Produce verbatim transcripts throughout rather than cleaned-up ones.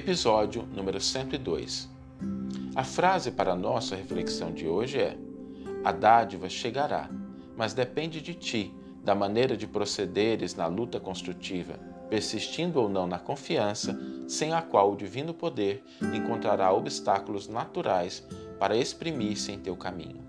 Episódio número cento e dois. A frase para a nossa reflexão de hoje é: a dádiva chegará, mas depende de ti, da maneira de procederes na luta construtiva, persistindo ou não na confiança, sem a qual o divino poder encontrará obstáculos naturais para exprimir-se em teu caminho.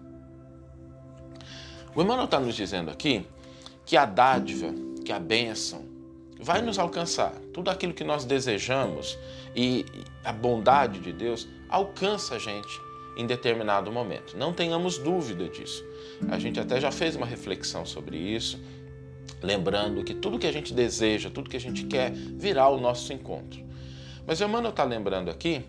O Emmanuel está nos dizendo aqui que a dádiva, que a bênção, vai nos alcançar. Tudo aquilo que nós desejamos e a bondade de Deus alcança a gente em determinado momento. Não tenhamos dúvida disso. A gente até já fez uma reflexão sobre isso, lembrando que tudo que a gente deseja, tudo que a gente quer, virá ao nosso encontro. Mas o Emmanuel está lembrando aqui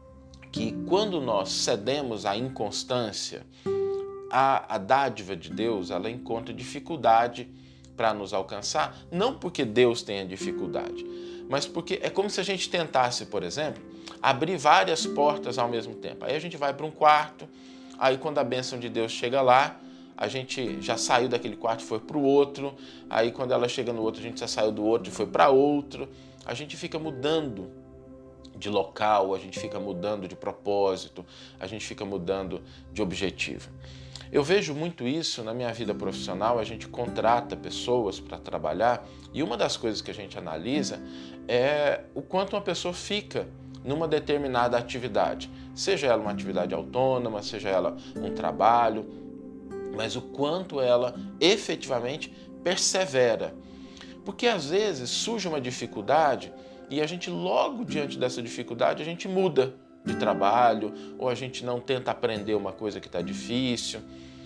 que quando nós cedemos à inconstância, a, a dádiva de Deus, ela encontra dificuldade para nos alcançar, não porque Deus tenha dificuldade, mas porque é como se a gente tentasse, por exemplo, abrir várias portas ao mesmo tempo. Aí a gente vai para um quarto, aí quando a bênção de Deus chega lá, a gente já saiu daquele quarto e foi para o outro, aí quando ela chega no outro, a gente já saiu do outro e foi para outro. A gente fica mudando de local, a gente fica mudando de propósito, a gente fica mudando de objetivo. Eu vejo muito isso na minha vida profissional. A gente contrata pessoas para trabalhar e uma das coisas que a gente analisa é o quanto uma pessoa fica numa determinada atividade, seja ela uma atividade autônoma, seja ela um trabalho, mas o quanto ela efetivamente persevera. Porque às vezes surge uma dificuldade e a gente logo diante dessa dificuldade a gente muda de trabalho, ou a gente não tenta aprender uma coisa que está difícil.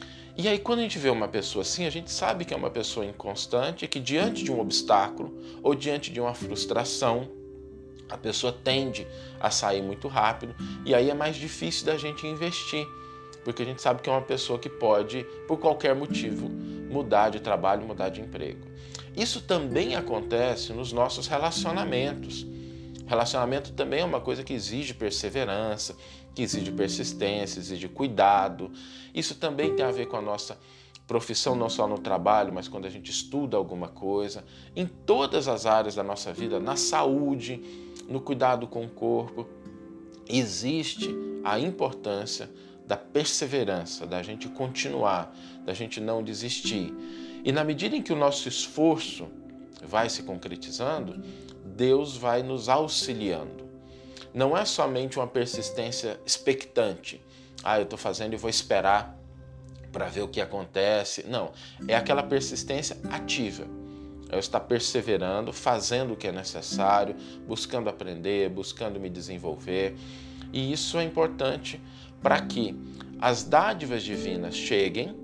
E aí quando a gente vê uma pessoa assim, a gente sabe que é uma pessoa inconstante, que diante de um obstáculo ou diante de uma frustração, a pessoa tende a sair muito rápido e aí é mais difícil da gente investir, porque a gente sabe que é uma pessoa que pode, por qualquer motivo, mudar de trabalho, mudar de emprego. Isso também acontece nos nossos relacionamentos. Relacionamento também é uma coisa que exige perseverança, que exige persistência, exige cuidado. Isso também tem a ver com a nossa profissão, não só no trabalho, mas quando a gente estuda alguma coisa, em todas as áreas da nossa vida, na saúde, no cuidado com o corpo. Existe a importância da perseverança, da gente continuar, da gente não desistir. E na medida em que o nosso esforço vai se concretizando, Deus vai nos auxiliando. Não é somente uma persistência expectante. Ah, eu estou fazendo e vou esperar para ver o que acontece. Não, é aquela persistência ativa. Eu estar perseverando, fazendo o que é necessário, buscando aprender, buscando me desenvolver. E isso é importante para que as dádivas divinas cheguem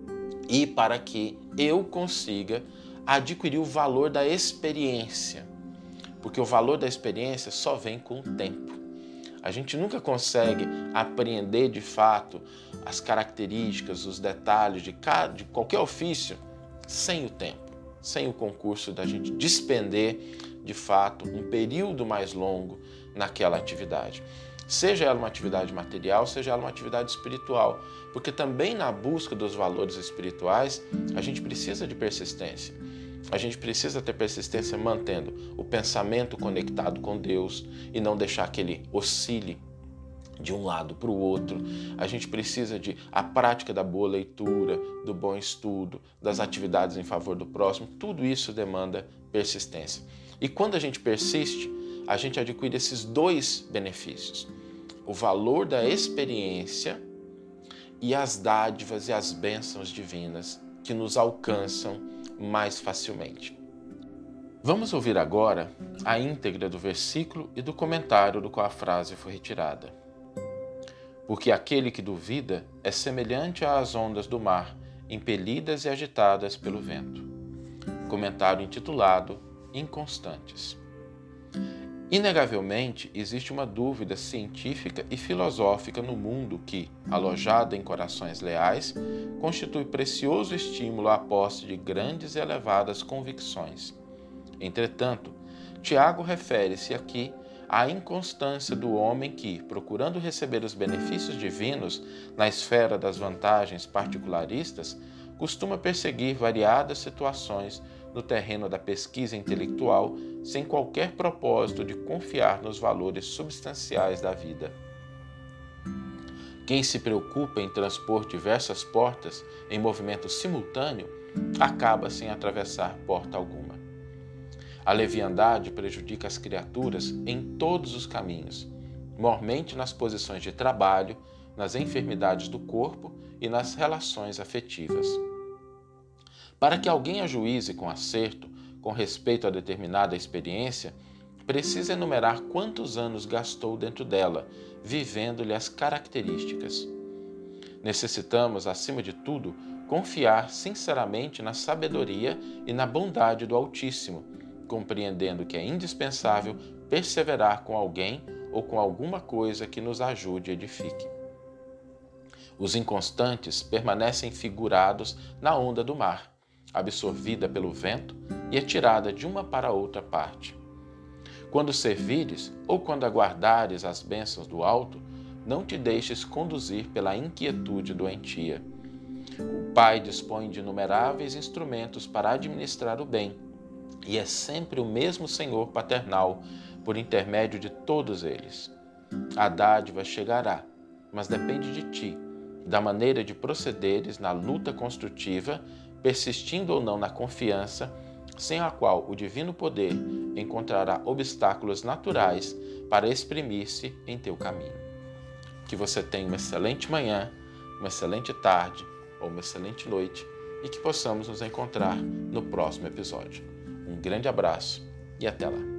e para que eu consiga adquirir o valor da experiência. Porque o valor da experiência só vem com o tempo. A gente nunca consegue apreender de fato as características, os detalhes de, cada, de qualquer ofício sem o tempo, sem o concurso da gente despender de fato um período mais longo naquela atividade. Seja ela uma atividade material, seja ela uma atividade espiritual. Porque também na busca dos valores espirituais, a gente precisa de persistência. A gente precisa ter persistência mantendo o pensamento conectado com Deus e não deixar que ele oscile de um lado para o outro. A gente precisa de a prática da boa leitura, do bom estudo, das atividades em favor do próximo. Tudo isso demanda persistência. E quando a gente persiste, a gente adquire esses dois benefícios: o valor da experiência e as dádivas e as bênçãos divinas que nos alcançam mais facilmente. Vamos ouvir agora a íntegra do versículo e do comentário do qual a frase foi retirada. Porque aquele que duvida é semelhante às ondas do mar, impelidas e agitadas pelo vento. Comentário intitulado Inconstantes. Inegavelmente, existe uma dúvida científica e filosófica no mundo que, alojada em corações leais, constitui precioso estímulo à posse de grandes e elevadas convicções. Entretanto, Tiago refere-se aqui a inconstância do homem que, procurando receber os benefícios divinos na esfera das vantagens particularistas, costuma perseguir variadas situações no terreno da pesquisa intelectual sem qualquer propósito de confiar nos valores substanciais da vida. Quem se preocupa em transpor diversas portas em movimento simultâneo acaba sem atravessar porta alguma. A leviandade prejudica as criaturas em todos os caminhos, mormente nas posições de trabalho, nas enfermidades do corpo e nas relações afetivas. Para que alguém ajuize com acerto, com respeito a determinada experiência, precisa enumerar quantos anos gastou dentro dela, vivendo-lhe as características. Necessitamos, acima de tudo, confiar sinceramente na sabedoria e na bondade do Altíssimo, compreendendo que é indispensável perseverar com alguém ou com alguma coisa que nos ajude e edifique. Os inconstantes permanecem figurados na onda do mar, absorvida pelo vento e atirada de uma para outra parte. Quando servires ou quando aguardares as bênçãos do alto, não te deixes conduzir pela inquietude doentia. O Pai dispõe de inumeráveis instrumentos para administrar o bem, e é sempre o mesmo Senhor paternal por intermédio de todos eles. A dádiva chegará, mas depende de ti, da maneira de procederes na luta construtiva, persistindo ou não na confiança, sem a qual o divino poder encontrará obstáculos naturais para exprimir-se em teu caminho. Que você tenha uma excelente manhã, uma excelente tarde ou uma excelente noite e que possamos nos encontrar no próximo episódio. Um grande abraço e até lá!